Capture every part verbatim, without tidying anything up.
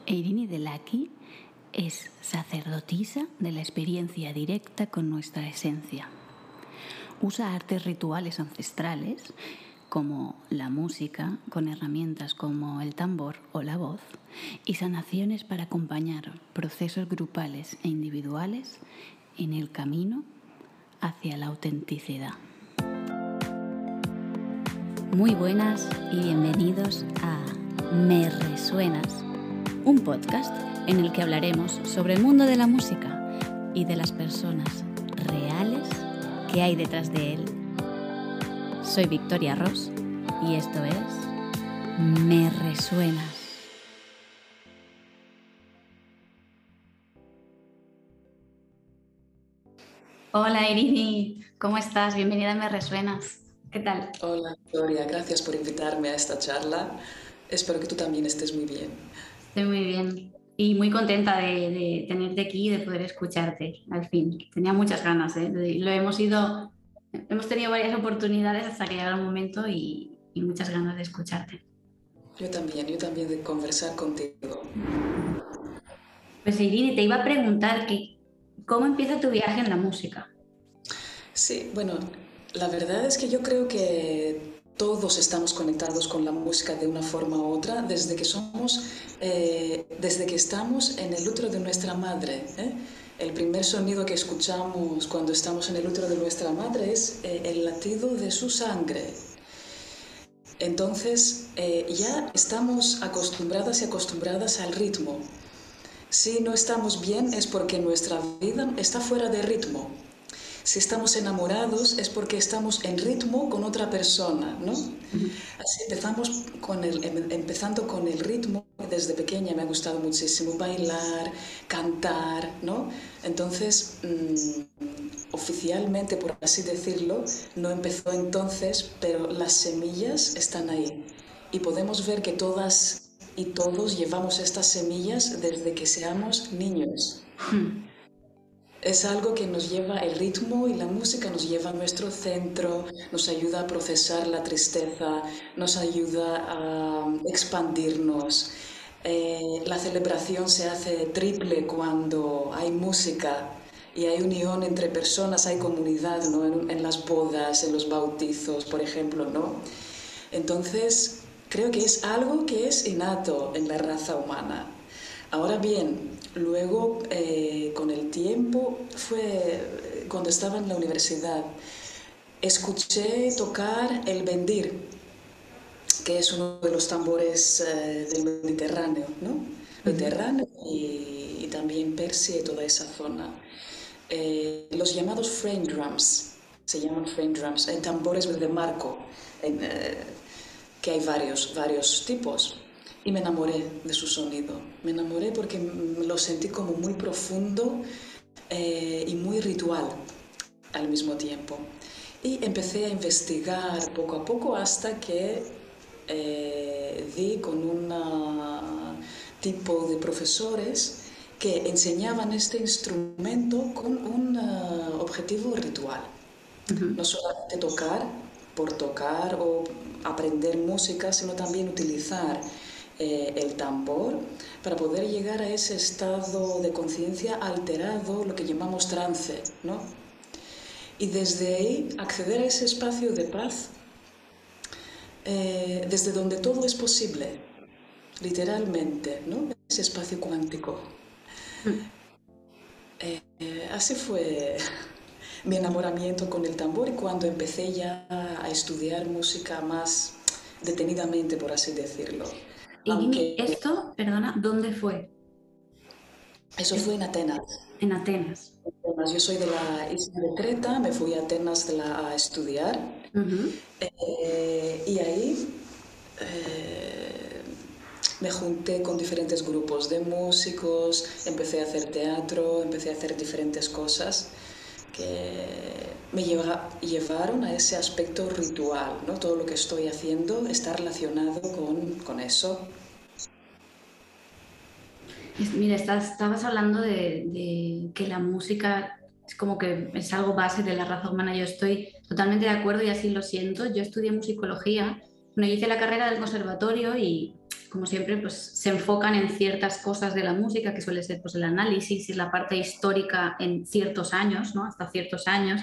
Eirini Delaki es sacerdotisa de la experiencia directa con nuestra esencia. Usa artes rituales ancestrales como la música, con herramientas como el tambor o la voz, y sanaciones para acompañar procesos grupales e individuales en el camino hacia la autenticidad. Muy buenas y bienvenidos a Me Resuenas, un podcast en el que hablaremos sobre el mundo de la música y de las personas reales que hay detrás de él. Soy Victoria Ross y esto es Me Resuenas. Hola Irini, ¿cómo estás? Bienvenida a Me Resuenas. ¿Qué tal? Hola Victoria, gracias por invitarme a esta charla. Espero que tú también estés muy bien. Estoy muy bien y muy contenta de, de tenerte aquí y de poder escucharte al fin. Tenía muchas ganas, ¿eh? Lo hemos ido, hemos tenido varias oportunidades hasta que llegara el momento y, y muchas ganas de escucharte. Yo también, yo también de conversar contigo. Pues Irini, te iba a preguntar que, ¿cómo empieza tu viaje en la música? Sí, bueno, la verdad es que yo creo que todos estamos conectados con la música de una forma u otra desde que somos, eh, desde que estamos en el útero de nuestra madre, ¿eh? El primer sonido que escuchamos cuando estamos en el útero de nuestra madre es eh, el latido de su sangre. Entonces eh, ya estamos acostumbradas y acostumbradas al ritmo. Si no estamos bien es porque nuestra vida está fuera de ritmo. Si estamos enamorados es porque estamos en ritmo con otra persona, ¿no? Así empezamos con el, empezando con el ritmo. Desde pequeña me ha gustado muchísimo bailar, cantar, ¿no? Entonces, mmm, oficialmente, por así decirlo, no empezó entonces, pero las semillas están ahí. Y podemos ver que todas y todos llevamos estas semillas desde que seamos niños. Es algo que nos lleva el ritmo y la música nos lleva a nuestro centro, nos ayuda a procesar la tristeza, nos ayuda a expandirnos. Eh, la celebración se hace triple cuando hay música y hay unión entre personas, hay comunidad, ¿no? En, en las bodas, en los bautizos, por ejemplo, ¿no? Entonces, creo que es algo que es innato en la raza humana. Ahora bien, luego eh, con el tiempo fue cuando estaba en la universidad, escuché tocar el bendir, que es uno de los tambores eh, del Mediterráneo, ¿no? Mediterráneo y, y también Persia y toda esa zona. Eh, los llamados frame drums, se llaman frame drums, en tambores de marco, en, eh, que hay varios, varios tipos. Y me enamoré de su sonido. Me enamoré porque lo sentí como muy profundo eh, y muy ritual al mismo tiempo. Y empecé a investigar poco a poco hasta que eh, di con un tipo de profesores que enseñaban este instrumento con un uh, objetivo ritual. Uh-huh. No solamente tocar por tocar o aprender música, sino también utilizar eh, el tambor para poder llegar a ese estado de conciencia alterado, lo que llamamos trance, ¿no? Y desde ahí acceder a ese espacio de paz, eh, desde donde todo es posible, literalmente, ¿no? Ese espacio cuántico. Eh, eh, así fue mi enamoramiento con el tambor y cuando empecé ya a estudiar música más detenidamente, por así decirlo. Y Aunque... esto, perdona, ¿dónde fue? Eso fue en Atenas. En Atenas. Yo soy de la isla de Creta, me fui a Atenas de la, a estudiar uh-huh. eh, y ahí eh, me junté con diferentes grupos de músicos, empecé a hacer teatro, empecé a hacer diferentes cosas que me lleva, llevaron a ese aspecto ritual, ¿no? Todo lo que estoy haciendo está relacionado con, con eso. Mira, estás, estabas hablando de, de que la música es como que es algo base de la raza humana. Yo estoy totalmente de acuerdo y así lo siento. Yo estudié musicología. Bueno, yo hice la carrera del conservatorio y como siempre, pues se enfocan en ciertas cosas de la música, que suele ser pues, el análisis y la parte histórica en ciertos años, ¿no? Hasta ciertos años,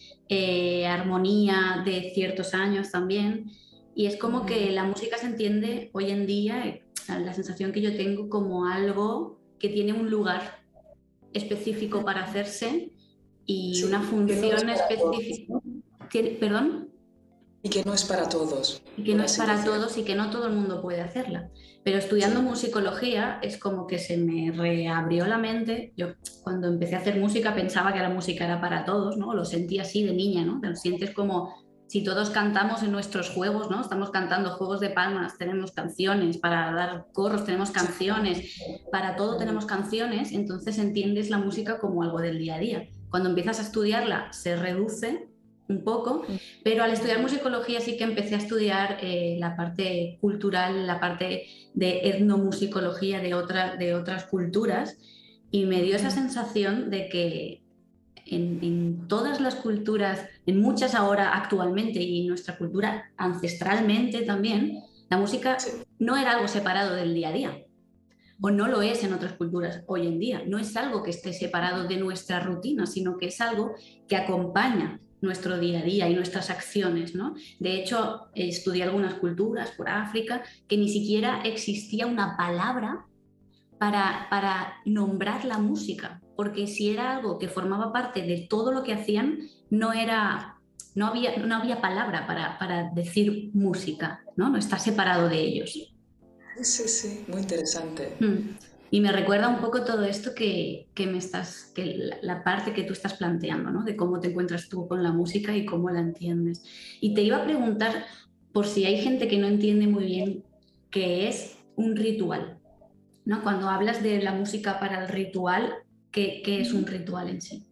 eh, armonía de ciertos años también. Y es como que la música se entiende hoy en día, eh, la sensación que yo tengo, como algo que tiene un lugar específico para hacerse y Sí, una que no es función para todos. específica. ¿Perdón? Y que no es para todos, Y que por no es así para decirlo. todos y que no todo el mundo puede hacerla. Pero estudiando Sí. musicología es como que se me reabrió la mente. Yo cuando empecé a hacer música pensaba que la música era para todos, ¿no? Lo sentí así de niña, ¿no? Lo sientes como si todos cantamos en nuestros juegos, ¿no? Estamos cantando juegos de palmas, tenemos canciones, para dar coros tenemos canciones, para todo tenemos canciones, entonces entiendes la música como algo del día a día. Cuando empiezas a estudiarla se reduce un poco, pero al estudiar musicología sí que empecé a estudiar eh, la parte cultural, la parte de etnomusicología de, otra, de otras culturas, y me dio esa sensación de que en, en todas las culturas, en muchas ahora actualmente y nuestra cultura ancestralmente también, la música Sí. no era algo separado del día a día. O no lo es en otras culturas hoy en día. No es algo que esté separado de nuestra rutina, sino que es algo que acompaña nuestro día a día y nuestras acciones, ¿no? De hecho, estudié algunas culturas por África que ni siquiera existía una palabra para, para nombrar la música, porque si era algo que formaba parte de todo lo que hacían, no era... No había, no había palabra para, para decir música, ¿no? No está separado de ellos. Sí, sí, sí, muy interesante. Mm. Y me recuerda un poco todo esto que, que me estás, que la, la parte que tú estás planteando, ¿no? De cómo te encuentras tú con la música y cómo la entiendes. Y te iba a preguntar por si hay gente que no entiende muy bien qué es un ritual, ¿no? Cuando hablas de la música para el ritual, ¿qué, qué es un ritual en sí?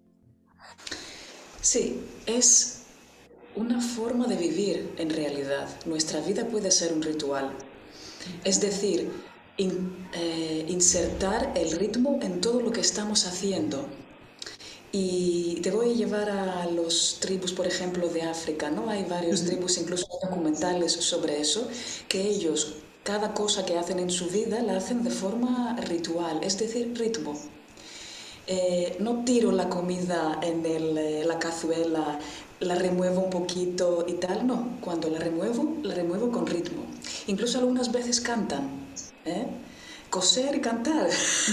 Sí, es una forma de vivir en realidad. Nuestra vida puede ser un ritual. Es decir, in- eh, insertar el ritmo en todo lo que estamos haciendo. Y te voy a llevar a los tribus, por ejemplo, de África, ¿no? Hay varios Ujú. tribus, incluso documentales sobre eso, que ellos, cada cosa que hacen en su vida, la hacen de forma ritual, es decir, ritmo. Eh, no tiro la comida en el, eh, la cazuela, la remuevo un poquito y tal, no. Cuando la remuevo, la remuevo con ritmo. Incluso algunas veces cantan, ¿eh? Coser y cantar.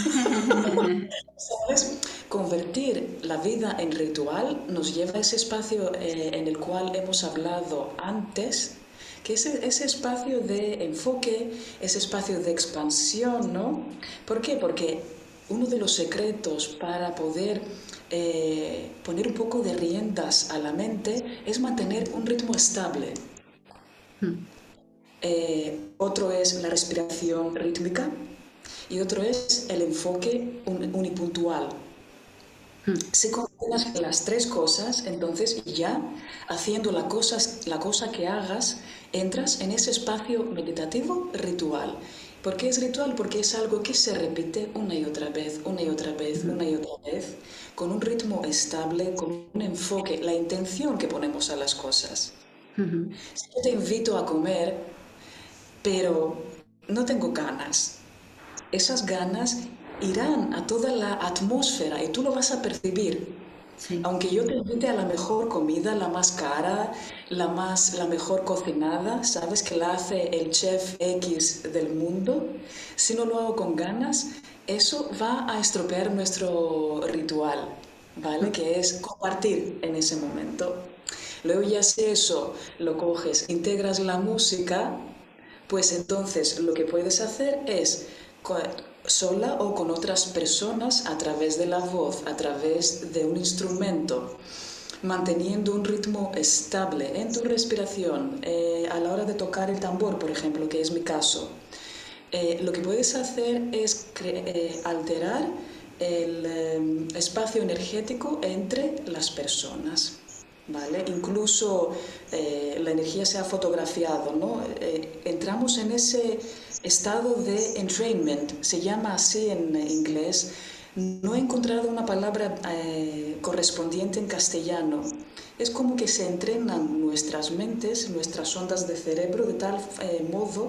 ¿Sabes? Convertir la vida en ritual nos lleva a ese espacio eh, en el cual hemos hablado antes, que es ese espacio de enfoque, ese espacio de expansión, ¿no? ¿Por qué? Porque uno de los secretos para poder eh, poner un poco de riendas a la mente es mantener un ritmo estable. Eh, otro es la respiración rítmica y otro es el enfoque unipuntual. Si combinas las tres cosas, entonces ya haciendo la cosa, la cosa que hagas, entras en ese espacio meditativo ritual. ¿Por qué es ritual? Porque es algo que se repite una y otra vez, una y otra vez, una y otra vez, con un ritmo estable, con un enfoque, la intención que ponemos a las cosas. Uh-huh. Si yo te invito a comer, pero no tengo ganas, esas ganas irán a toda la atmósfera y tú lo vas a percibir. Sí. Aunque yo te invite a la mejor comida, la más cara, la, más, la mejor cocinada, sabes que la hace el chef X del mundo, si no lo hago con ganas, eso va a estropear nuestro ritual, ¿vale? Que es compartir en ese momento. Luego ya si eso lo coges, integras la música, pues entonces lo que puedes hacer es sola o con otras personas a través de la voz, a través de un instrumento, manteniendo un ritmo estable en tu respiración, eh, a la hora de tocar el tambor, por ejemplo, que es mi caso. Eh, lo que puedes hacer es eh, alterar el eh, espacio energético entre las personas. ¿Vale? Incluso eh, la energía se ha fotografiado, ¿no? Eh, entramos en ese estado de entrainment, se llama así en inglés. No he encontrado una palabra eh, correspondiente en castellano. Es como que se entrenan nuestras mentes, nuestras ondas de cerebro de tal eh, modo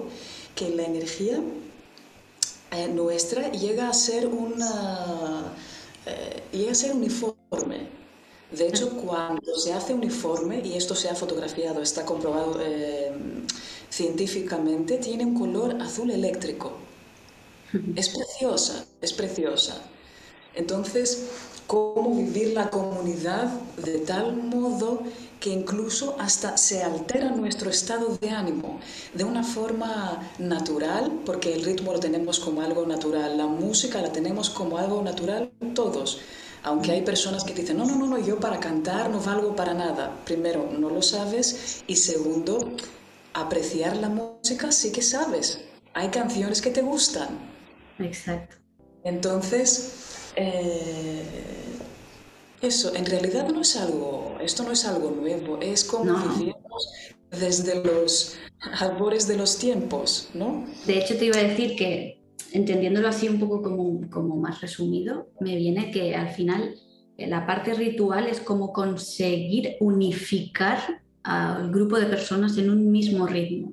que la energía eh, nuestra llega a ser una, eh, llega a ser uniforme. De hecho, cuando se hace uniforme, y esto se ha fotografiado, está comprobado eh, científicamente, tiene un color azul eléctrico. Es preciosa, es preciosa. Entonces, ¿cómo vivir la comunidad de tal modo que incluso hasta se altera nuestro estado de ánimo de una forma natural, porque el ritmo lo tenemos como algo natural, la música la tenemos como algo natural todos? Aunque hay personas que dicen, no, no, no, no, yo para cantar no valgo para nada. Primero, no lo sabes, y segundo, apreciar la música sí que sabes. Hay canciones que te gustan. Exacto. Entonces, eh, eso, en realidad no es algo, esto no es algo nuevo, es como No, no. vivimos desde los albores de los tiempos, ¿no? De hecho, te iba a decir que, entendiéndolo así un poco como, como más resumido, me viene que al final eh, la parte ritual es como conseguir unificar al grupo de personas en un mismo ritmo,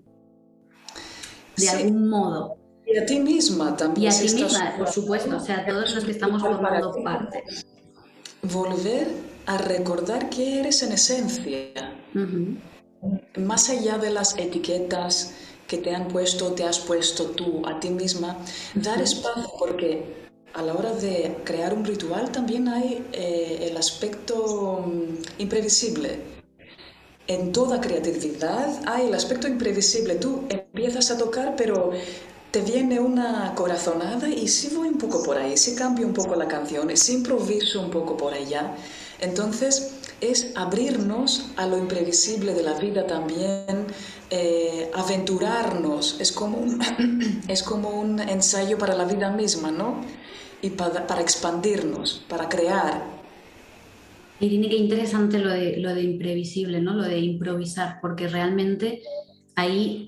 de Sí, algún modo. y a ti misma Y también a si ti estás misma, por supuesto, o sea, todos los que estamos para formando ti. parte. Volver a recordar que eres en esencia, Ujú. más allá de las etiquetas que te han puesto, te has puesto tú a ti misma, dar espacio, porque a la hora de crear un ritual también hay eh, el aspecto mm, imprevisible. En toda creatividad hay el aspecto imprevisible. Tú empiezas a tocar, pero te viene una corazonada y si voy un poco por ahí, si cambio un poco la canción, si improviso un poco por allá. Entonces es abrirnos a lo imprevisible de la vida también, eh, aventurarnos. Es como, un, es como un ensayo para la vida misma, ¿no? Y para, para expandirnos, para crear. Y tiene que interesante lo de, lo de imprevisible, ¿no? Lo de improvisar, porque realmente ahí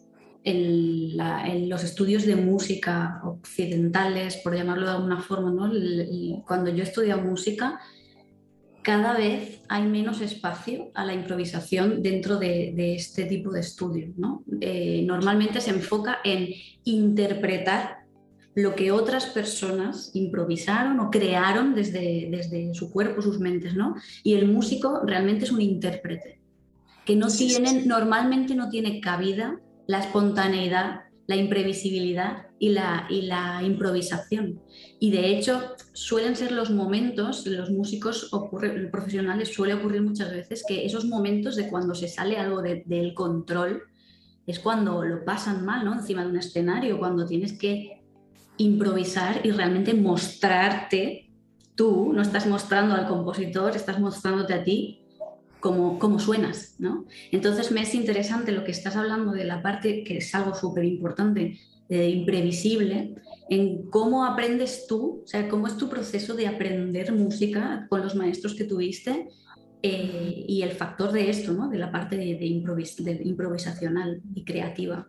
en, la- en los estudios de música occidentales, por llamarlo de alguna forma, ¿no? El- el- cuando yo estudio música, cada vez hay menos espacio a la improvisación dentro de, de este tipo de estudios, ¿no? Eh, normalmente se enfoca en interpretar lo que otras personas improvisaron o crearon desde, desde su cuerpo, sus mentes, ¿no? Y el músico realmente es un intérprete, que no Sí, sí, sí. tienen, normalmente no tiene cabida la espontaneidad, la imprevisibilidad y la, y la improvisación. Y de hecho suelen ser los momentos, los músicos ocurre, profesionales suele ocurrir muchas veces que esos momentos de cuando se sale algo de, del control es cuando lo pasan mal, ¿no? Encima de un escenario, cuando tienes que improvisar y realmente mostrarte tú, no estás mostrando al compositor, estás mostrándote a ti cómo, cómo suenas, ¿no? Entonces me es interesante lo que estás hablando de la parte que es algo súper importante, de imprevisible, en cómo aprendes tú, o sea, cómo es tu proceso de aprender música con los maestros que tuviste eh, y el factor de esto, ¿no? De la parte de, de, improvis de improvisacional y creativa.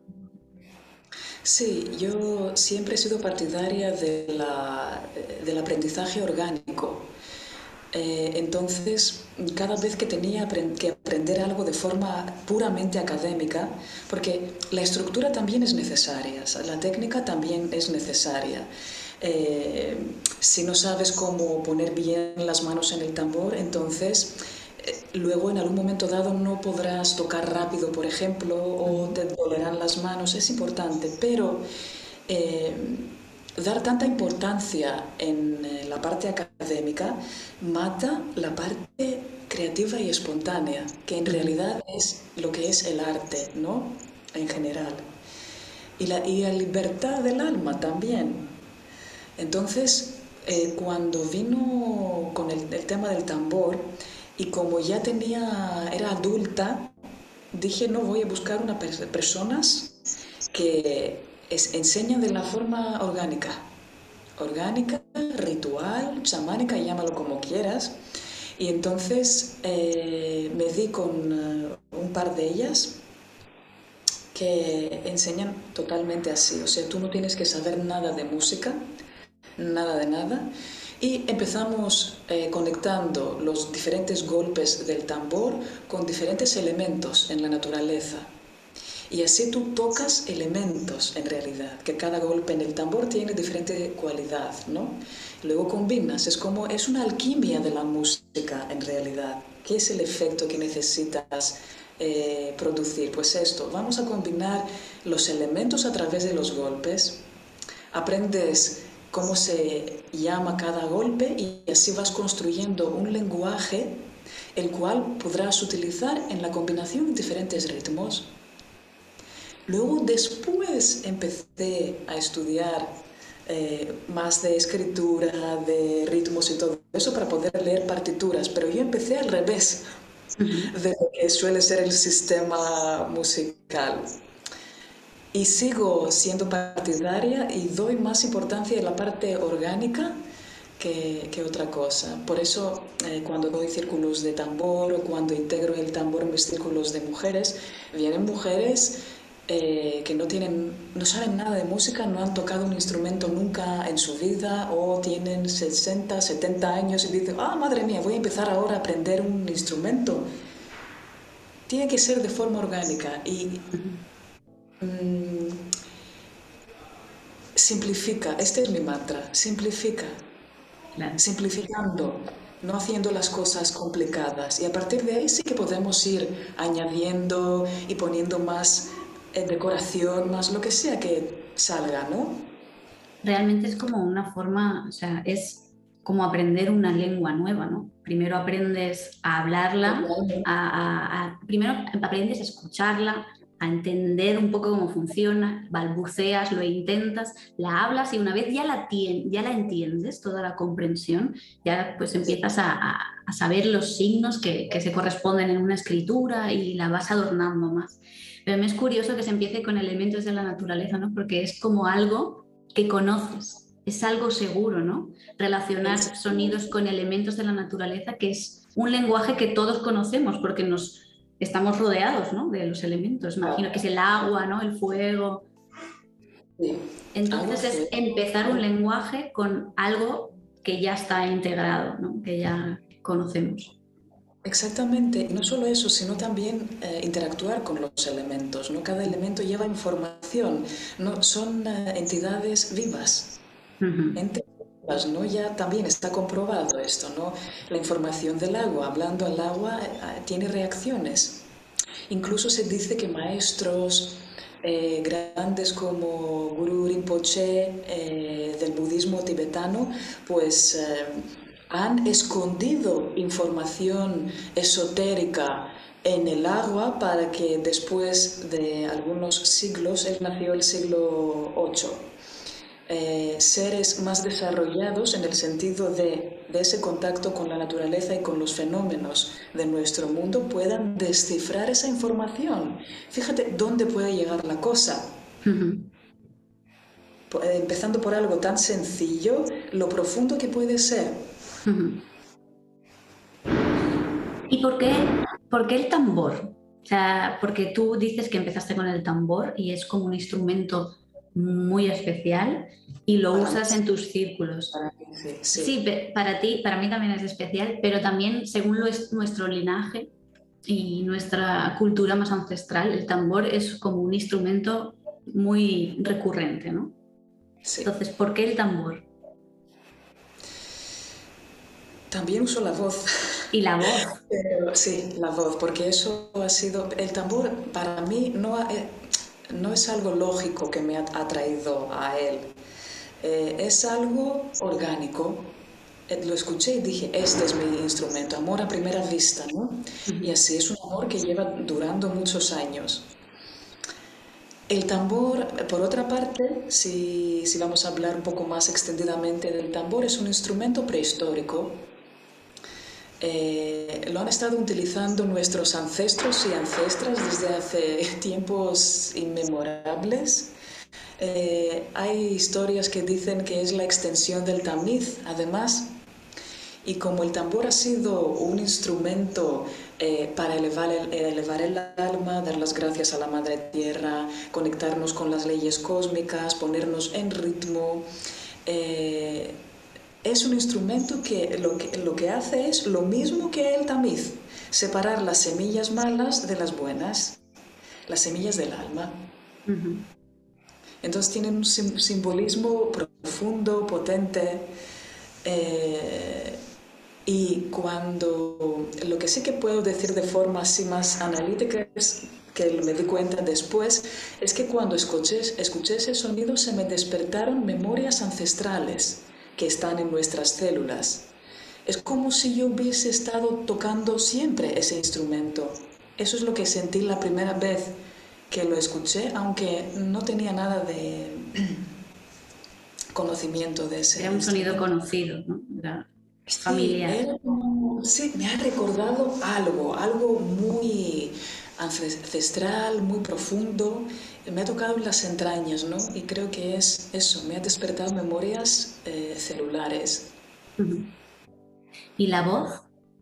Sí, yo siempre he sido partidaria de la, del aprendizaje orgánico. Eh, entonces, cada vez que tenía que aprender algo de forma puramente académica, porque la estructura también es necesaria, la técnica también es necesaria. Eh, si no sabes cómo poner bien las manos en el tambor, entonces eh, luego en algún momento dado no podrás tocar rápido, por ejemplo, o te dolerán las manos, es importante, pero eh, dar tanta importancia en eh, la parte académica mata la parte creativa y espontánea, que en realidad es lo que es el arte, ¿no? En general. Y la, y la libertad del alma también. Entonces, eh, cuando vino con el, el tema del tambor, y como ya tenía, era adulta, dije, no, voy a buscar unas personas que es, enseñan de la forma orgánica. Orgánica, ritual, chamánica, llámalo como quieras. Y entonces eh, me di con uh, un par de ellas que enseñan totalmente así. O sea, tú no tienes que saber nada de música, nada de nada. Y empezamos eh, conectando los diferentes golpes del tambor con diferentes elementos en la naturaleza. Y así tú tocas elementos en realidad, que cada golpe en el tambor tiene diferente cualidad, ¿no? Luego combinas, es como, es una alquimia de la música en realidad. ¿Qué es el efecto que necesitas eh, producir? Pues esto, vamos a combinar los elementos a través de los golpes, aprendes cómo se llama cada golpe y así vas construyendo un lenguaje el cual podrás utilizar en la combinación de diferentes ritmos. Luego después empecé a estudiar eh, más de escritura, de ritmos y todo eso para poder leer partituras, pero yo empecé al revés de lo que suele ser el sistema musical. Y sigo siendo partidaria y doy más importancia a la parte orgánica que, que otra cosa. Por eso eh, cuando doy círculos de tambor o cuando integro el tambor en mis círculos de mujeres, vienen mujeres eh, que no, tienen, no saben nada de música, no han tocado un instrumento nunca en su vida o tienen sesenta, setenta años y dicen, ah, madre mía, voy a empezar ahora a aprender un instrumento. Tiene que ser de forma orgánica y mmm, simplifica, este es mi mantra, simplifica. Claro. Simplificando, no haciendo las cosas complicadas. Y a partir de ahí sí que podemos ir añadiendo y poniendo más eh, decoración, más lo que sea que salga, ¿no? Realmente es como una forma, o sea, es como aprender una lengua nueva, ¿no? Primero aprendes a hablarla, a, a, a, primero aprendes a escucharla, a entender un poco cómo funciona, balbuceas, lo intentas, la hablas y una vez ya la, tien, ya la entiendes, toda la comprensión, ya pues empiezas a, a, a saber los signos que, que se corresponden en una escritura y la vas adornando más. Pero me es curioso que se empiece con elementos de la naturaleza, ¿no? Porque es como algo que conoces, es algo seguro, ¿no? Relacionar sonidos con elementos de la naturaleza, que es un lenguaje que todos conocemos porque nos estamos rodeados, ¿no?, de los elementos. Imagino que es el agua, ¿no?, el fuego. Sí. Entonces es empezar un lenguaje con algo que ya está integrado, ¿no?, que ya conocemos. Exactamente, y no solo eso, sino también eh, interactuar con los elementos, ¿no? Cada elemento lleva información, ¿no? Son eh, entidades vivas. Uh-huh. Entidades, ¿no? Ya también está comprobado esto, ¿no? La información del agua, hablando al agua, eh, tiene reacciones. Incluso se dice que maestros eh, grandes como Guru Rinpoche eh, del budismo tibetano, pues eh, han escondido información esotérica en el agua para que después de algunos siglos, él nació el siglo ocho, eh, seres más desarrollados en el sentido de, de ese contacto con la naturaleza y con los fenómenos de nuestro mundo puedan descifrar esa información. Fíjate dónde puede llegar la cosa. Uh-huh. Empezando por algo tan sencillo, lo profundo que puede ser. Uh-huh. ¿Y por qué, por qué el tambor? O sea, porque tú dices que empezaste con el tambor y es como un instrumento muy especial y lo para usas mí, en tus círculos. Para mí, sí, sí. Sí, para ti, para mí también es especial, pero también según lo es nuestro linaje y nuestra cultura más ancestral, el tambor es como un instrumento muy recurrente, ¿no? Sí. Entonces, ¿por qué el tambor? También uso la voz. ¿Y la voz? Pero, sí, la voz, porque eso ha sido... El tambor para mí no, ha, no es algo lógico que me ha atraído a él. Eh, es algo orgánico. Eh, lo escuché y dije, este es mi instrumento, amor a primera vista, ¿no? Uh-huh. Y así es un amor que lleva durando muchos años. El tambor, por otra parte, si, si vamos a hablar un poco más extendidamente del tambor, es un instrumento prehistórico. Eh, lo han estado utilizando nuestros ancestros y ancestras desde hace tiempos inmemorables. Eh, hay historias que dicen que es la extensión del tamiz, además, y como el tambor ha sido un instrumento eh, para elevar el, elevar el alma, dar las gracias a la Madre Tierra, conectarnos con las leyes cósmicas, ponernos en ritmo, eh, es un instrumento que lo, que lo que hace es lo mismo que el tamiz, separar las semillas malas de las buenas. las semillas del alma. Ujú. Entonces tienen un sim- simbolismo profundo, potente. eh, y cuando, lo que sí que puedo decir de forma así más analítica es que me di cuenta después, es que cuando escuché, escuché ese sonido se me despertaron memorias ancestrales que están en nuestras células. Es como si yo hubiese estado tocando siempre ese instrumento. Eso es lo que sentí la primera vez que lo escuché, aunque no tenía nada de conocimiento de ese Era un sonido instrumento. conocido, ¿no? Era Sí, familiar. era como, sí, me ha recordado algo, algo muy ancestral, muy profundo. Me ha tocado en las entrañas, ¿no? Y creo que es eso, me ha despertado memorias eh, celulares. Ujú. ¿Y la voz?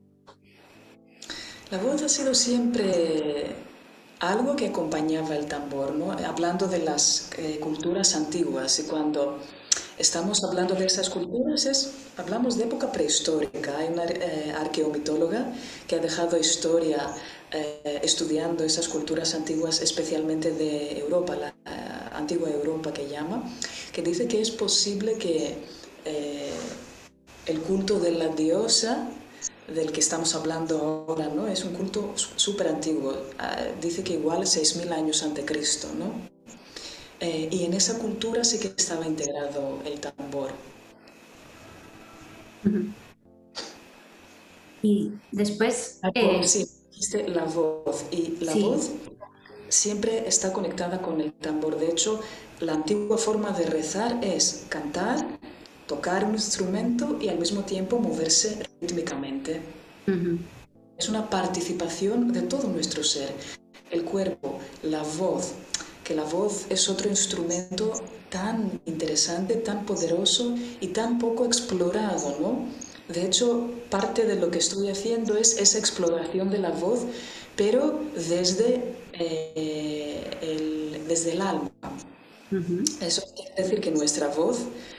La voz ha sido siempre algo que acompañaba el tambor, ¿no? Hablando de las eh, culturas antiguas, y cuando estamos hablando de esas culturas, es, hablamos de época prehistórica. Hay una eh, arqueomitóloga que ha dejado historia eh, estudiando esas culturas antiguas, especialmente de Europa, la eh, antigua Europa que llama, que dice que es posible que eh, el culto de la diosa del que estamos hablando ahora, ¿no? Es un culto súper antiguo. Ah, dice que igual seis mil años antes de Cristo, ¿no? Eh, y en esa cultura sí que estaba integrado el tambor. Ujú. Y después, Ah, por- eh, sí, dijiste la voz. Y la voz sí, siempre está conectada con el tambor. De hecho, la antigua forma de rezar es cantar, tocar un instrumento y al mismo tiempo moverse rítmicamente. ujú, Es una participación de todo nuestro ser. El cuerpo, la voz, que la voz es otro instrumento tan interesante, tan poderoso y tan poco explorado, ¿no? De hecho, parte de lo que estoy haciendo es esa exploración de la voz, pero desde, eh, el, desde el alma. ujú, Eso quiere decir que nuestra voz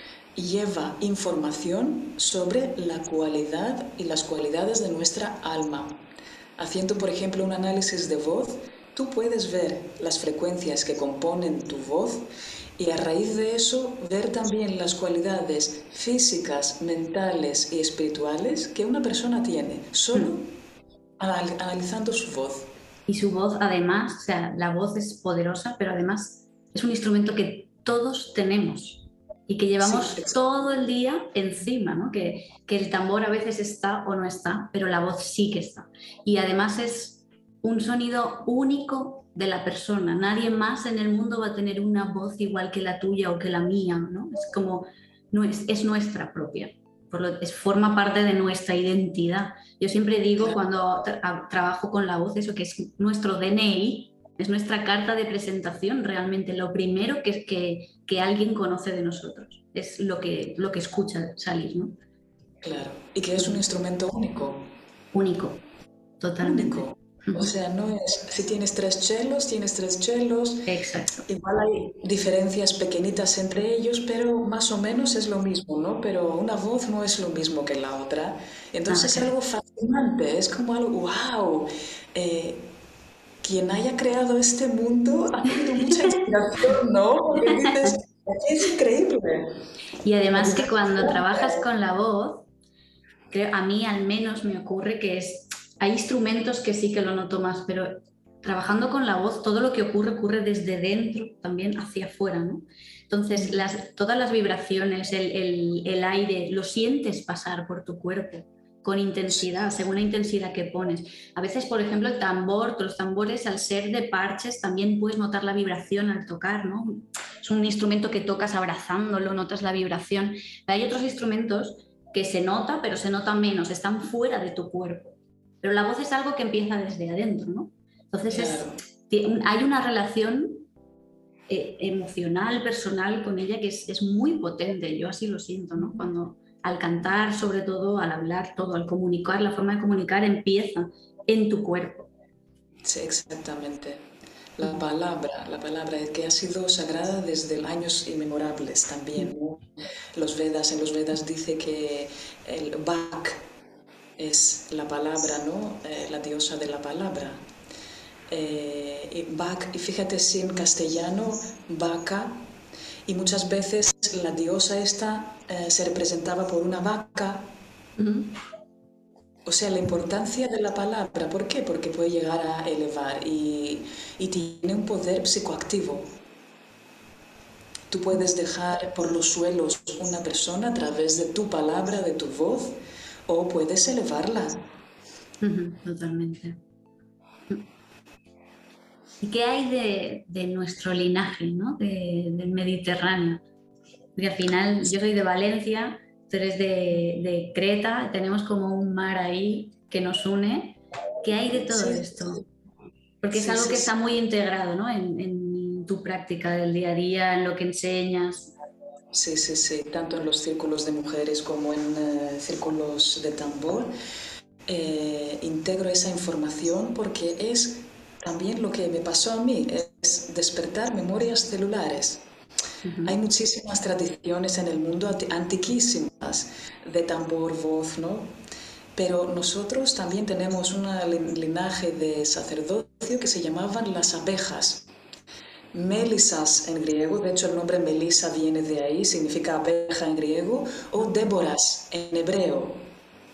lleva información sobre la cualidad y las cualidades de nuestra alma. Haciendo, por ejemplo, un análisis de voz, tú puedes ver las frecuencias que componen tu voz y a raíz de eso ver también las cualidades físicas, mentales y espirituales que una persona tiene, solo ujú. anal- analizando su voz. Y su voz, además, o sea, la voz es poderosa, pero además es un instrumento que todos tenemos y que Sí, llevamos exacto. todo el día encima, ¿no? Que, que el tambor a veces está o no está, pero la voz sí que está. Y además es un sonido único de la persona. Nadie más en el mundo va a tener una voz igual que la tuya o que la mía, ¿no? Es como, no es, es nuestra propia. Por lo, es, forma parte de nuestra identidad. Yo siempre digo Claro. cuando tra trabajo con la voz eso, que es nuestro D N I, es nuestra carta de presentación realmente, lo primero que, que, que alguien conoce de nosotros, es lo que, lo que escucha salir, ¿no? Claro. Y que es un instrumento único. Único, totalmente. Único. O sea, no es, si tienes tres chelos, tienes tres chelos, Exacto. igual hay diferencias pequeñitas entre ellos, pero más o menos es lo mismo, ¿no? Pero una voz no es lo mismo que la otra. Nada Entonces que es ver. algo fascinante, es como algo, wow, eh, quien haya creado este mundo ha tenido mucha inspiración, ¿no? Porque dices, es increíble. Y La además que cuando trabajas vibración. con la voz, creo, a mí al menos me ocurre que es, hay instrumentos que sí que lo noto más, pero trabajando con la voz, todo lo que ocurre ocurre desde dentro también hacia afuera, ¿no? Entonces, las, todas las vibraciones, el, el, el aire, lo sientes pasar por tu cuerpo con intensidad, según la intensidad que pones. A veces, por ejemplo, el tambor, los tambores, al ser de parches, también puedes notar la vibración al tocar, ¿no? Es un instrumento que tocas abrazándolo, notas la vibración. Pero hay otros instrumentos que se nota, pero se nota menos, están fuera de tu cuerpo. Pero la voz es algo que empieza desde adentro, ¿no? Entonces Claro. es, hay una relación eh, emocional, personal con ella que es, es, muy potente, yo así lo siento, ¿no? Cuando al cantar, sobre todo, al hablar, todo, al comunicar, la forma de comunicar empieza en tu cuerpo. Sí, exactamente. La palabra, la palabra que ha sido sagrada desde años inmemorables también, ¿no? Los Vedas, en los Vedas dice que el Vak es la palabra, ¿no? Eh, la diosa de la palabra. Eh, y, vac, y fíjate si en castellano, vaca, y muchas veces la diosa esta eh, se representaba por una vaca. Ujú. O sea, la importancia de la palabra, ¿por qué? Porque puede llegar a elevar y, y tiene un poder psicoactivo. Tú puedes dejar por los suelos una persona a través de tu palabra, de tu voz, o puedes elevarla. Ujú, totalmente. ¿Y qué hay de, de nuestro linaje, ¿no? De- del Mediterráneo? Porque al final yo soy de Valencia, tú eres de, de Creta, tenemos como un mar ahí que nos une. ¿Qué hay de todo Sí, esto? Porque es sí, algo sí, que sí. está muy integrado, ¿no? En, en tu práctica del día a día, en lo que enseñas. Sí, sí, sí, tanto en los círculos de mujeres como en eh, círculos de tambor. Eh, integro esa información porque es también lo que me pasó a mí, es despertar memorias celulares. Hay Ujú. muchísimas tradiciones en el mundo antiquísimas de tambor, voz, ¿no? Pero nosotros también tenemos un linaje de sacerdocio que se llamaban las abejas. Melisas en griego, de hecho el nombre Melisa viene de ahí, significa abeja en griego, o Déboras en hebreo,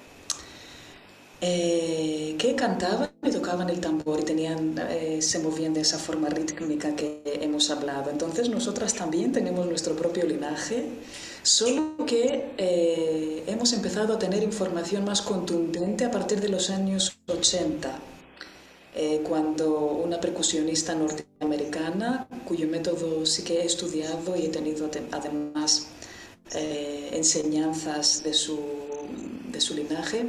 eh, que cantaban y tocaban el tambor y tenían, eh, se movían de esa forma rítmica que hemos hablado. Entonces nosotras también tenemos nuestro propio linaje, solo que eh, hemos empezado a tener información más contundente a partir de los años ochenta. Eh, cuando una percusionista norteamericana, cuyo método sí que he estudiado y he tenido además eh, enseñanzas de su, de su linaje,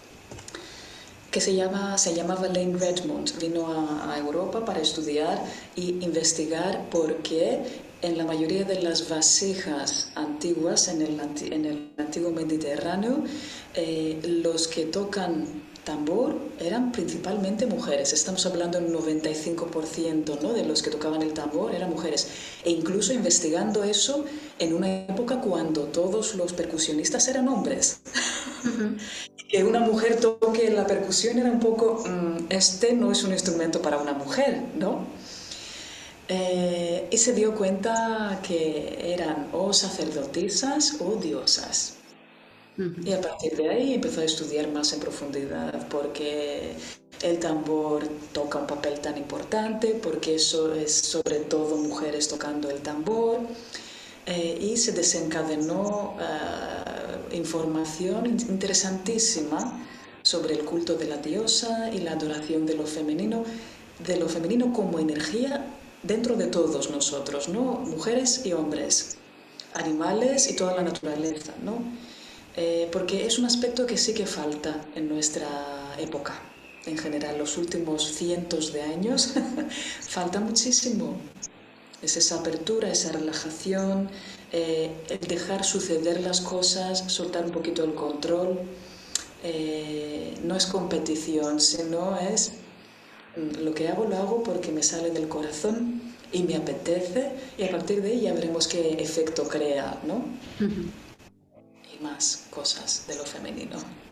que se, llama, se llamaba Lane Redmond, vino a, a Europa para estudiar y investigar por qué en la mayoría de las vasijas antiguas en el, en el antiguo Mediterráneo, eh, los que tocan tambor eran principalmente mujeres. Estamos hablando del noventa y cinco por ciento, ¿no?, de los que tocaban el tambor eran mujeres. E incluso investigando eso en una época cuando todos los percusionistas eran hombres. Ujú. Que una mujer toque la percusión era un poco, mmm, este no es un instrumento para una mujer, ¿no? Eh, y se dio cuenta que eran o sacerdotisas o diosas. Y Ujú. a partir de ahí empezó a estudiar más en profundidad porque el tambor toca un papel tan importante, porque eso es sobre todo mujeres tocando el tambor. Eh, y se desencadenó uh, información interesantísima sobre el culto de la diosa y la adoración de lo femenino, de lo femenino como energía dentro de todos nosotros, ¿no? Mujeres y hombres, animales y toda la naturaleza, ¿no? Eh, porque es un aspecto que sí que falta en nuestra época. En general, los últimos cientos de años falta muchísimo. Es esa apertura, esa relajación, eh, el dejar suceder las cosas, soltar un poquito el control. Eh, no es competición, sino es lo que hago, lo hago porque me sale del corazón y me apetece, y a partir de ahí ya veremos qué efecto crea, ¿no? Ujú. Y más cosas de lo femenino.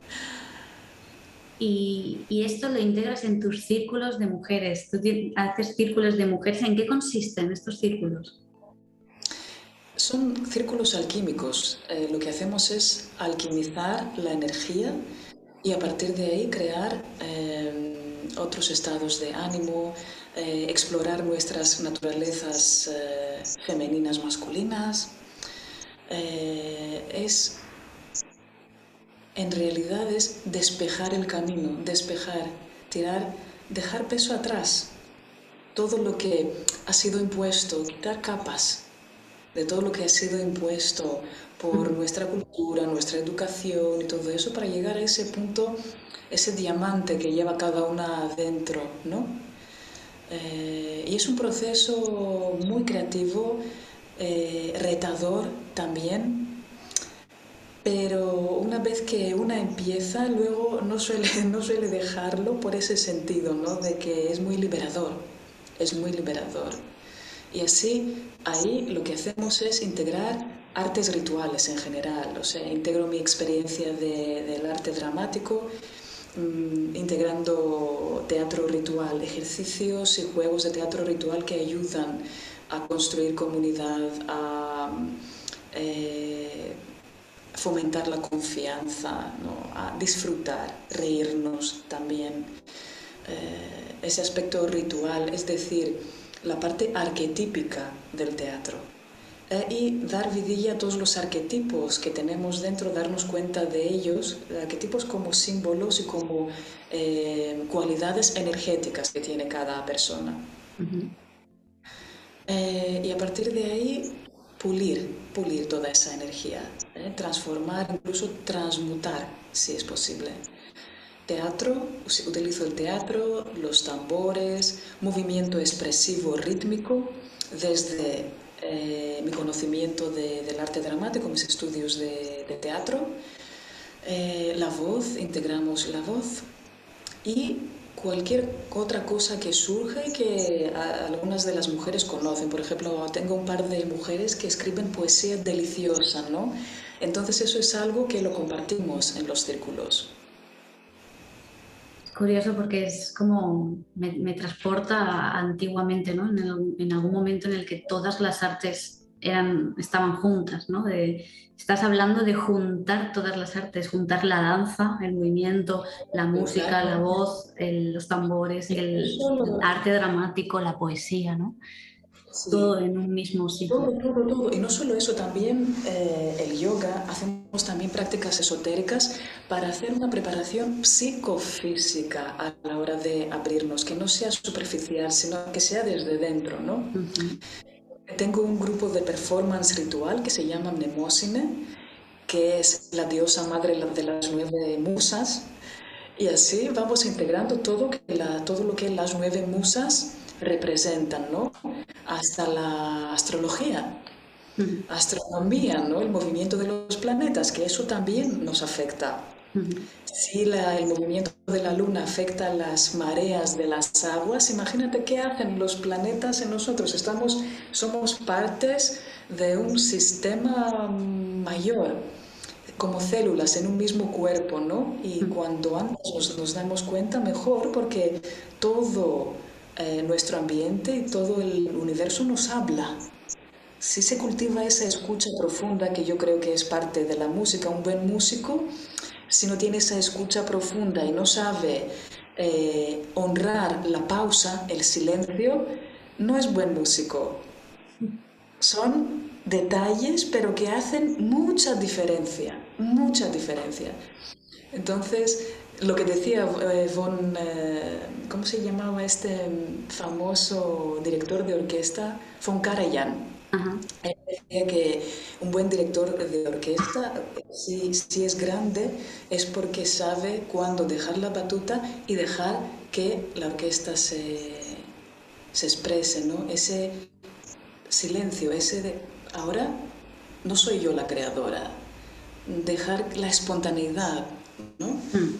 Y, y esto lo integras en tus círculos de mujeres. Tú ti- haces círculos de mujeres. ¿En qué consisten estos círculos? Son círculos alquímicos. Eh, lo que hacemos es alquimizar la energía y a partir de ahí crear eh, otros estados de ánimo, eh, explorar nuestras naturalezas eh, femeninas, masculinas. Eh, es, en realidad es despejar el camino, despejar, tirar, dejar peso atrás. Todo lo que ha sido impuesto, quitar capas de todo lo que ha sido impuesto por Ujú. nuestra cultura, nuestra educación y todo eso para llegar a ese punto, ese diamante que lleva cada una adentro, ¿no? Eh, y es un proceso muy creativo, eh, retador también, pero una vez que una empieza, luego no suele, no suele dejarlo por ese sentido, ¿no? De que es muy liberador, es muy liberador. Y así, ahí lo que hacemos es integrar artes rituales en general. O sea, integro mi experiencia de, del arte dramático mm, integrando teatro ritual, ejercicios y juegos de teatro ritual que ayudan a construir comunidad, a eh, fomentar la confianza, ¿no? A disfrutar, reírnos también. Eh, ese aspecto ritual, es decir, la parte arquetípica del teatro. Eh, y dar vidilla a todos los arquetipos que tenemos dentro, darnos cuenta de ellos, arquetipos como símbolos y como eh, cualidades energéticas que tiene cada persona. Ujú. Eh, y a partir de ahí, pulir, pulir toda esa energía, ¿eh? Transformar, incluso transmutar, si es posible. Teatro, utilizo el teatro, los tambores, movimiento expresivo rítmico, desde eh, mi conocimiento de, del arte dramático, mis estudios de, de teatro, eh, la voz, integramos la voz y cualquier otra cosa que surge que a, algunas de las mujeres conocen. Por ejemplo, tengo un par de mujeres que escriben poesía deliciosa, ¿no? Entonces eso es algo que lo compartimos en los círculos. Curioso porque es como me, me transporta a- antiguamente, ¿no? En, el- en algún momento en el que todas las artes eran, estaban juntas, ¿no? De- estás hablando de juntar todas las artes, juntar la danza, el movimiento, la música, la Exacto. voz, el- los tambores, Y no el, el solo, arte dramático, la poesía, ¿no? Todo sí, en un mismo sitio. todo, todo, todo. Y no solo eso, también eh, el yoga, hacemos también prácticas esotéricas para hacer una preparación psicofísica a la hora de abrirnos, que no sea superficial, sino que sea desde dentro, ¿no? Ujú. Tengo un grupo de performance ritual que se llama Mnemosine, que es la diosa madre de las nueve musas, y así vamos integrando todo, que la, todo lo que las nueve musas representan, ¿no? Hasta la astrología, Ujú. astronomía, ¿no? El movimiento de los planetas, que eso también nos afecta. Ujú. Si la- el movimiento de la luna afecta las mareas de las aguas, imagínate qué hacen los planetas en nosotros. Estamos, somos partes de un sistema mayor, como células en un mismo cuerpo, ¿no? Y cuando antes nos, nos damos cuenta, mejor, porque todo eh, nuestro ambiente y todo el universo nos habla. Si se cultiva esa escucha profunda, que yo creo que es parte de la música, un buen músico, si no tiene esa escucha profunda y no sabe eh, honrar la pausa, el silencio, no es buen músico. Son detalles, pero que hacen mucha diferencia, mucha diferencia. Entonces, lo que decía eh, von, eh, ¿cómo se llamaba este famoso director de orquesta? Von Karajan. Ajá. Él decía que un buen director de orquesta, si, si es grande, es porque sabe cuándo dejar la batuta y dejar que la orquesta se, se exprese, ¿no? Ese silencio, ese de, ahora no soy yo la creadora, dejar la espontaneidad, ¿no? Mm.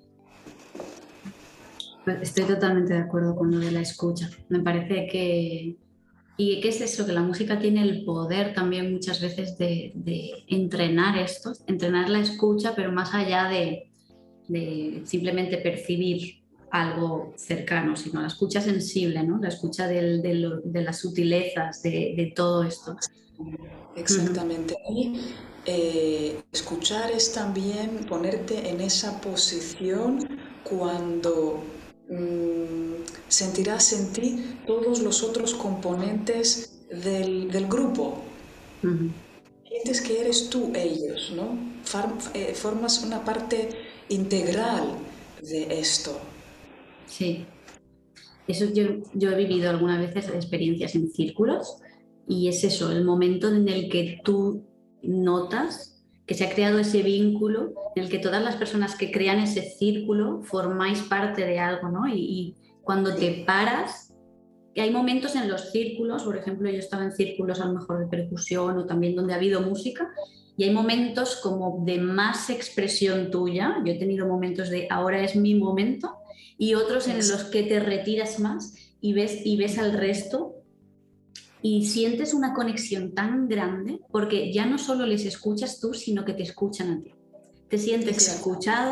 Pues estoy totalmente de acuerdo con lo de la escucha. Me parece que, y qué es eso, que la música tiene el poder también muchas veces de, de entrenar esto, entrenar la escucha, pero más allá de, de simplemente percibir algo cercano, sino la escucha sensible, ¿no? La escucha del- de, lo- de las sutilezas, de, de todo esto. Ujú. Exactamente. Y eh, escuchar es también ponerte en esa posición cuando mm, sentirás en ti todos los otros componentes del, del grupo. Ujú. Sientes que eres tú ellos, ¿no? Far- eh, formas una parte integral de esto. Sí. Eso yo, yo he vivido algunas veces experiencias en círculos y es eso, el momento en el que tú notas que se ha creado ese vínculo, en el que todas las personas que crean ese círculo formáis parte de algo, ¿no? Y, y cuando te Sí, paras, que hay momentos en los círculos, por ejemplo, yo estaba en círculos a lo mejor de percusión o también donde ha habido música, y hay momentos como de más expresión tuya. Yo he tenido momentos de ahora es mi momento y otros en los que te retiras más y ves, y ves al resto y sientes una conexión tan grande porque ya no solo les escuchas tú, sino que te escuchan a ti. Te sientes exacto. escuchado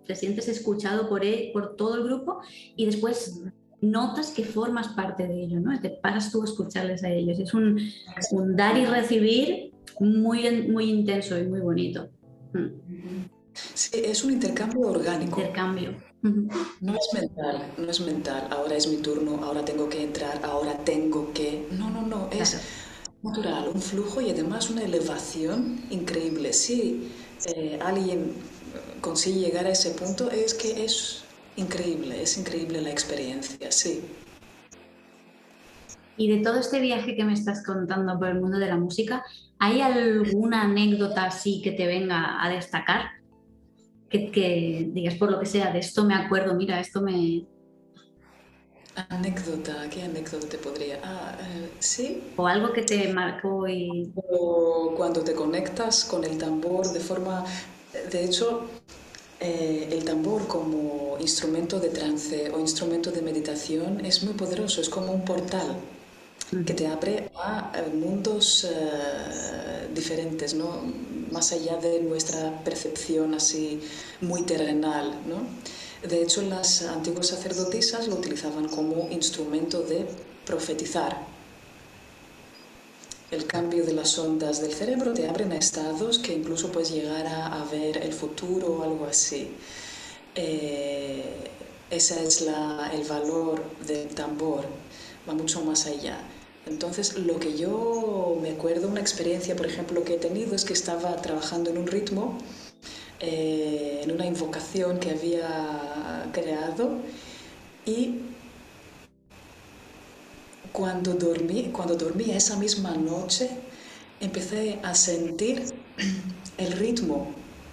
te sientes escuchado por, él, por todo el grupo y después notas que formas parte de ello, ¿no? Te paras tú a escucharles a ellos. Es un, un dar y recibir muy, muy intenso y muy bonito. Sí, es un intercambio orgánico. Intercambio. No es mental, no es mental. Ahora es mi turno, ahora tengo que entrar, ahora tengo que... No, no, no, es Claro. natural, un flujo y además una elevación increíble. Si eh, alguien consigue llegar a ese punto, es que es increíble, es increíble la experiencia, sí. Y de todo este viaje que me estás contando por el mundo de la música, ¿hay alguna anécdota así que te venga a destacar? Que, que digas, por lo que sea, de esto me acuerdo, mira, esto me... Anécdota, ¿qué anécdota te podría? Ah, eh, sí. O algo que te marcó y... O cuando te conectas con el tambor de forma... De hecho, eh, el tambor como instrumento de trance o instrumento de meditación es muy poderoso, es como un portal que te abre a mundos uh, diferentes, ¿no? Más allá de nuestra percepción así muy terrenal, ¿no? De hecho, las antiguas sacerdotisas lo utilizaban como instrumento de profetizar. El cambio de las ondas del cerebro te abren a estados que incluso puedes llegar a, a ver el futuro o algo así. Eh, ese es la, el valor del tambor, va mucho más allá. Entonces, lo que yo me acuerdo, una experiencia, por ejemplo, que he tenido es que estaba trabajando en un ritmo, eh, en una invocación que había creado y cuando dormí, cuando dormí esa misma noche, empecé a sentir el ritmo,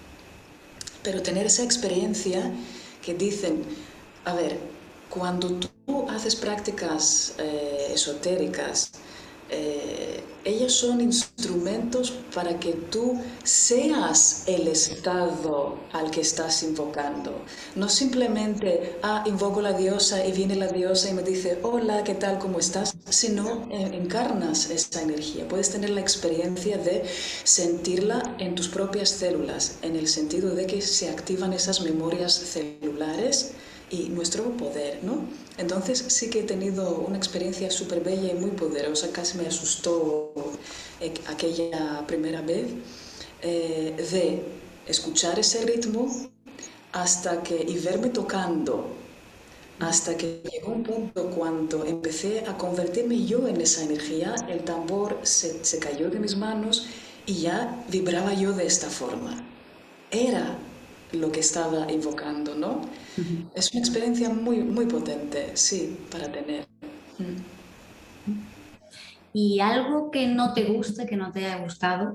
pero tener esa experiencia que dicen, a ver, cuando tú haces prácticas eh, esotéricas, eh, ellas son instrumentos para que tú seas el estado al que estás invocando. No simplemente, ah, invoco a la diosa y viene la diosa y me dice, hola, ¿qué tal? ¿Cómo estás? Sino eh, encarnas esa energía. Puedes tener la experiencia de sentirla en tus propias células, en el sentido de que se activan esas memorias celulares y nuestro poder, ¿no? Entonces sí que he tenido una experiencia súper bella y muy poderosa, casi me asustó eh, aquella primera vez, eh, de escuchar ese ritmo hasta que, y verme tocando, hasta que llegó un punto cuando empecé a convertirme yo en esa energía, el tambor se, se cayó de mis manos y ya vibraba yo de esta forma. Era lo que estaba invocando, ¿no? Uh-huh. Es una experiencia muy, muy potente, sí, para tener. Uh-huh. ¿Y algo que no te guste, que no te haya gustado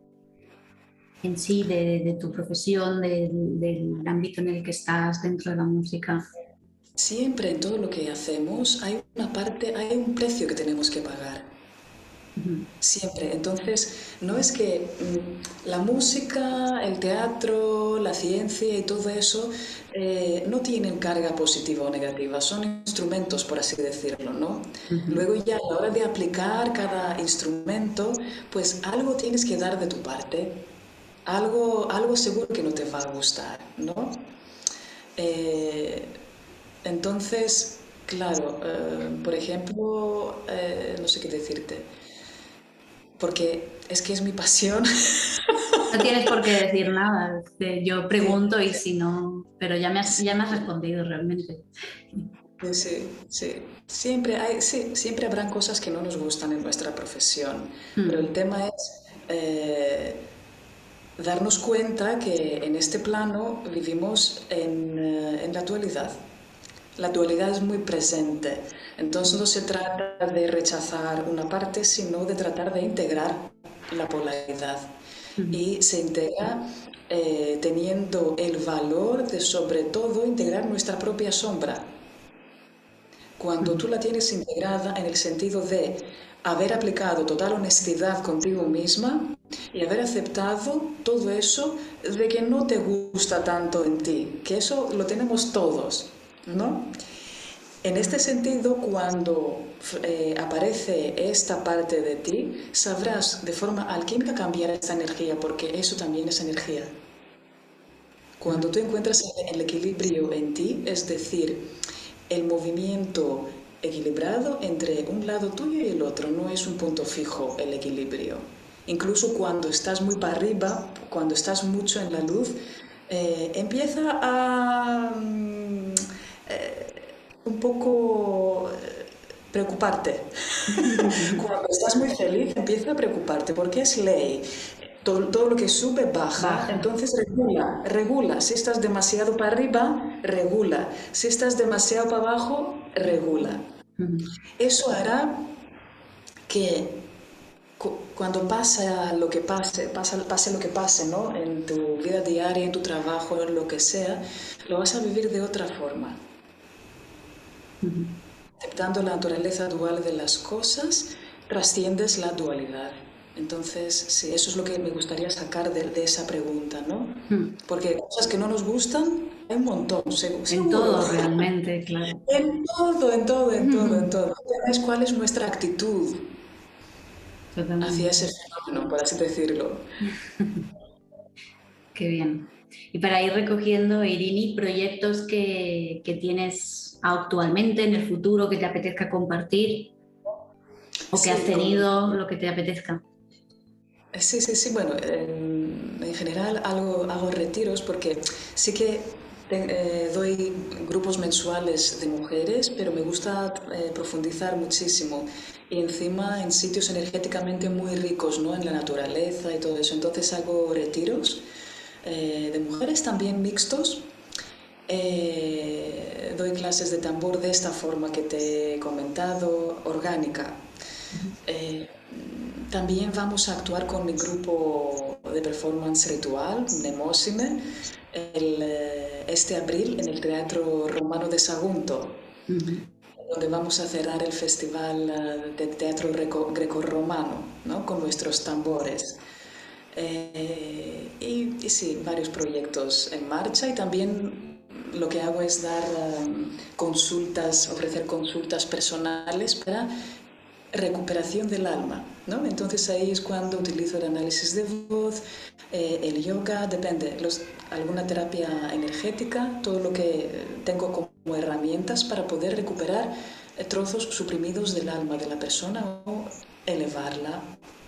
en sí, de, de tu profesión, de, del ámbito en el que estás dentro de la música? Siempre en todo lo que hacemos hay una parte, hay un precio que tenemos que pagar. Siempre. Entonces, no es que mmm, la música, el teatro, la ciencia y todo eso eh, no tienen carga positiva o negativa, son instrumentos, por así decirlo, ¿no? Uh-huh. Luego ya a la hora de aplicar cada instrumento, pues algo tienes que dar de tu parte, algo, algo seguro que no te va a gustar, ¿no? Eh, entonces, claro, eh, por ejemplo, eh, no sé qué decirte. Porque es que es mi pasión. No tienes por qué decir nada. Yo pregunto y si no... Pero ya me has, ya me has respondido realmente. Sí, sí. Siempre, hay, sí, siempre habrán cosas que no nos gustan en nuestra profesión. Mm. Pero el tema es eh, darnos cuenta que en este plano vivimos en, en la dualidad. La dualidad es muy presente. Entonces no se trata de rechazar una parte, sino de tratar de integrar la polaridad. Uh-huh. Y se integra eh, teniendo el valor de, sobre todo, integrar nuestra propia sombra. Cuando uh-huh. tú la tienes integrada en el sentido de haber aplicado total honestidad contigo misma y haber aceptado todo eso de que no te gusta tanto en ti, que eso lo tenemos todos, ¿no? En este sentido, cuando eh, aparece esta parte de ti, sabrás de forma alquímica cambiar esta energía, porque eso también es energía. Cuando tú encuentras el equilibrio en ti, es decir, el movimiento equilibrado entre un lado tuyo y el otro, no es un punto fijo el equilibrio. Incluso cuando estás muy para arriba, cuando estás mucho en la luz, eh, empieza a mm, eh, un poco eh, preocuparte. Cuando estás muy feliz, empieza a preocuparte, porque es ley. Todo, todo lo que sube baja, Baja. entonces regula, regula. Si estás demasiado para arriba, regula. Si estás demasiado para abajo, regula. Eso hará que cu- cuando pasa lo que pase, pasa, pase lo que pase, ¿no? En tu vida diaria, en tu trabajo, en lo que sea, lo vas a vivir de otra forma. Aceptando la naturaleza dual de las cosas, trasciendes la dualidad. Entonces, sí, eso es lo que me gustaría sacar de, de esa pregunta, ¿no? Porque cosas que no nos gustan, hay un montón, seg- En seguro. todo realmente, claro. En todo, en todo, en todo, en todo. Es cuál es nuestra actitud Totalmente. hacia ese fenómeno, por así decirlo. Qué bien. Y para ir recogiendo, Irini, proyectos que, que tienes actualmente, en el futuro, que te apetezca compartir, o que Sí, has como- tenido, lo que te apetezca. Sí, sí, sí, bueno, en, en general hago, hago retiros porque sí que te- eh, doy grupos mensuales de mujeres, pero me gusta eh, profundizar muchísimo y encima en sitios energéticamente muy ricos, ¿no? En la naturaleza y todo eso. Entonces hago retiros eh, de mujeres también mixtos. Eh, doy clases de tambor de esta forma que te he comentado, orgánica. Eh, también vamos a actuar con mi grupo de performance ritual, Nemosine, el, eh, este abril en el Teatro Romano de Sagunto, donde vamos a cerrar el Festival eh, de Teatro Greco- Grecorromano, ¿no? Con nuestros tambores. Eh, y, y sí, varios proyectos en marcha y también lo que hago es dar um, consultas, ofrecer consultas personales para recuperación del alma, ¿no? Entonces ahí es cuando utilizo el análisis de voz, eh, el yoga, depende, los, alguna terapia energética, todo lo que tengo como herramientas para poder recuperar eh, trozos suprimidos del alma de la persona o elevarla.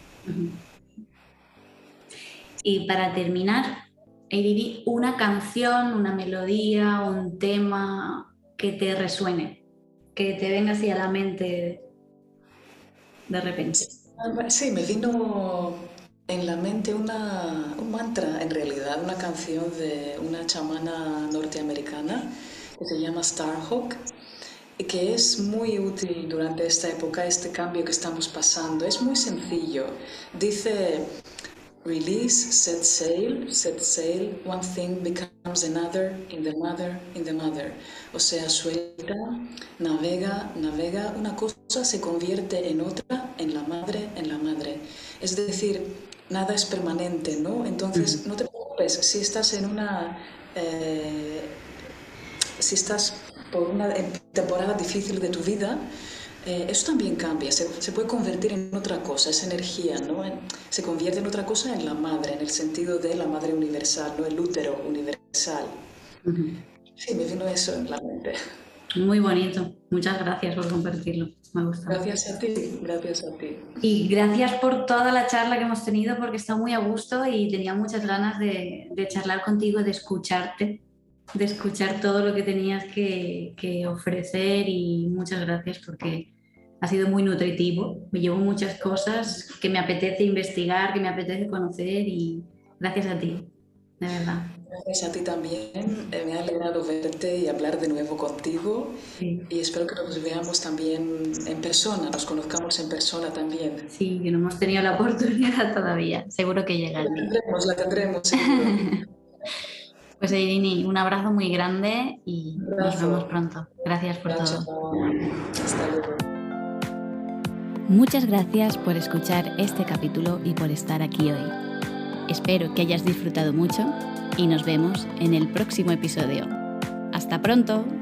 Y para terminar, Irini, una canción, una melodía, un tema que te resuene, que te venga así a la mente de repente. Sí, me vino en la mente una, un mantra, en realidad, una canción de una chamana norteamericana que se llama Starhawk y que es muy útil durante esta época, este cambio que estamos pasando. Es muy sencillo. Dice, release, set sail, set sail, one thing becomes another, in the mother, in the mother. O sea, suelta, navega, navega, una cosa se convierte en otra, en la madre, en la madre. Es decir, nada es permanente, ¿no? Entonces, no te preocupes, si estás en una... Eh, si estás por una temporada difícil de tu vida, eh, eso también cambia, se, se, puede convertir en otra cosa, esa energía, ¿no? En, se convierte en otra cosa en la madre, en el sentido de la madre universal, ¿no? El útero universal. Uh-huh. Sí, me vino eso en la mente. Muy bonito, muchas gracias por compartirlo, me gusta. Gracias a ti, gracias a ti. Y gracias por toda la charla que hemos tenido, porque he estado muy a gusto y tenía muchas ganas de, de charlar contigo, de escucharte, de escuchar todo lo que tenías que, que ofrecer, y muchas gracias porque ha sido muy nutritivo. Me llevo muchas cosas que me apetece investigar, que me apetece conocer, y gracias a ti, de verdad. Gracias a ti también, eh, me ha alegrado verte y hablar de nuevo contigo. Sí. Y espero que nos veamos también en persona, nos conozcamos en persona también. Sí, que no hemos tenido la oportunidad todavía, seguro que llega el día. La tendremos, la tendremos, seguro. Pues Irini, un abrazo muy grande y nos vemos pronto. Gracias por Gracias. todo. Hasta luego. Muchas gracias por escuchar este capítulo y por estar aquí hoy. Espero que hayas disfrutado mucho y nos vemos en el próximo episodio. ¡Hasta pronto!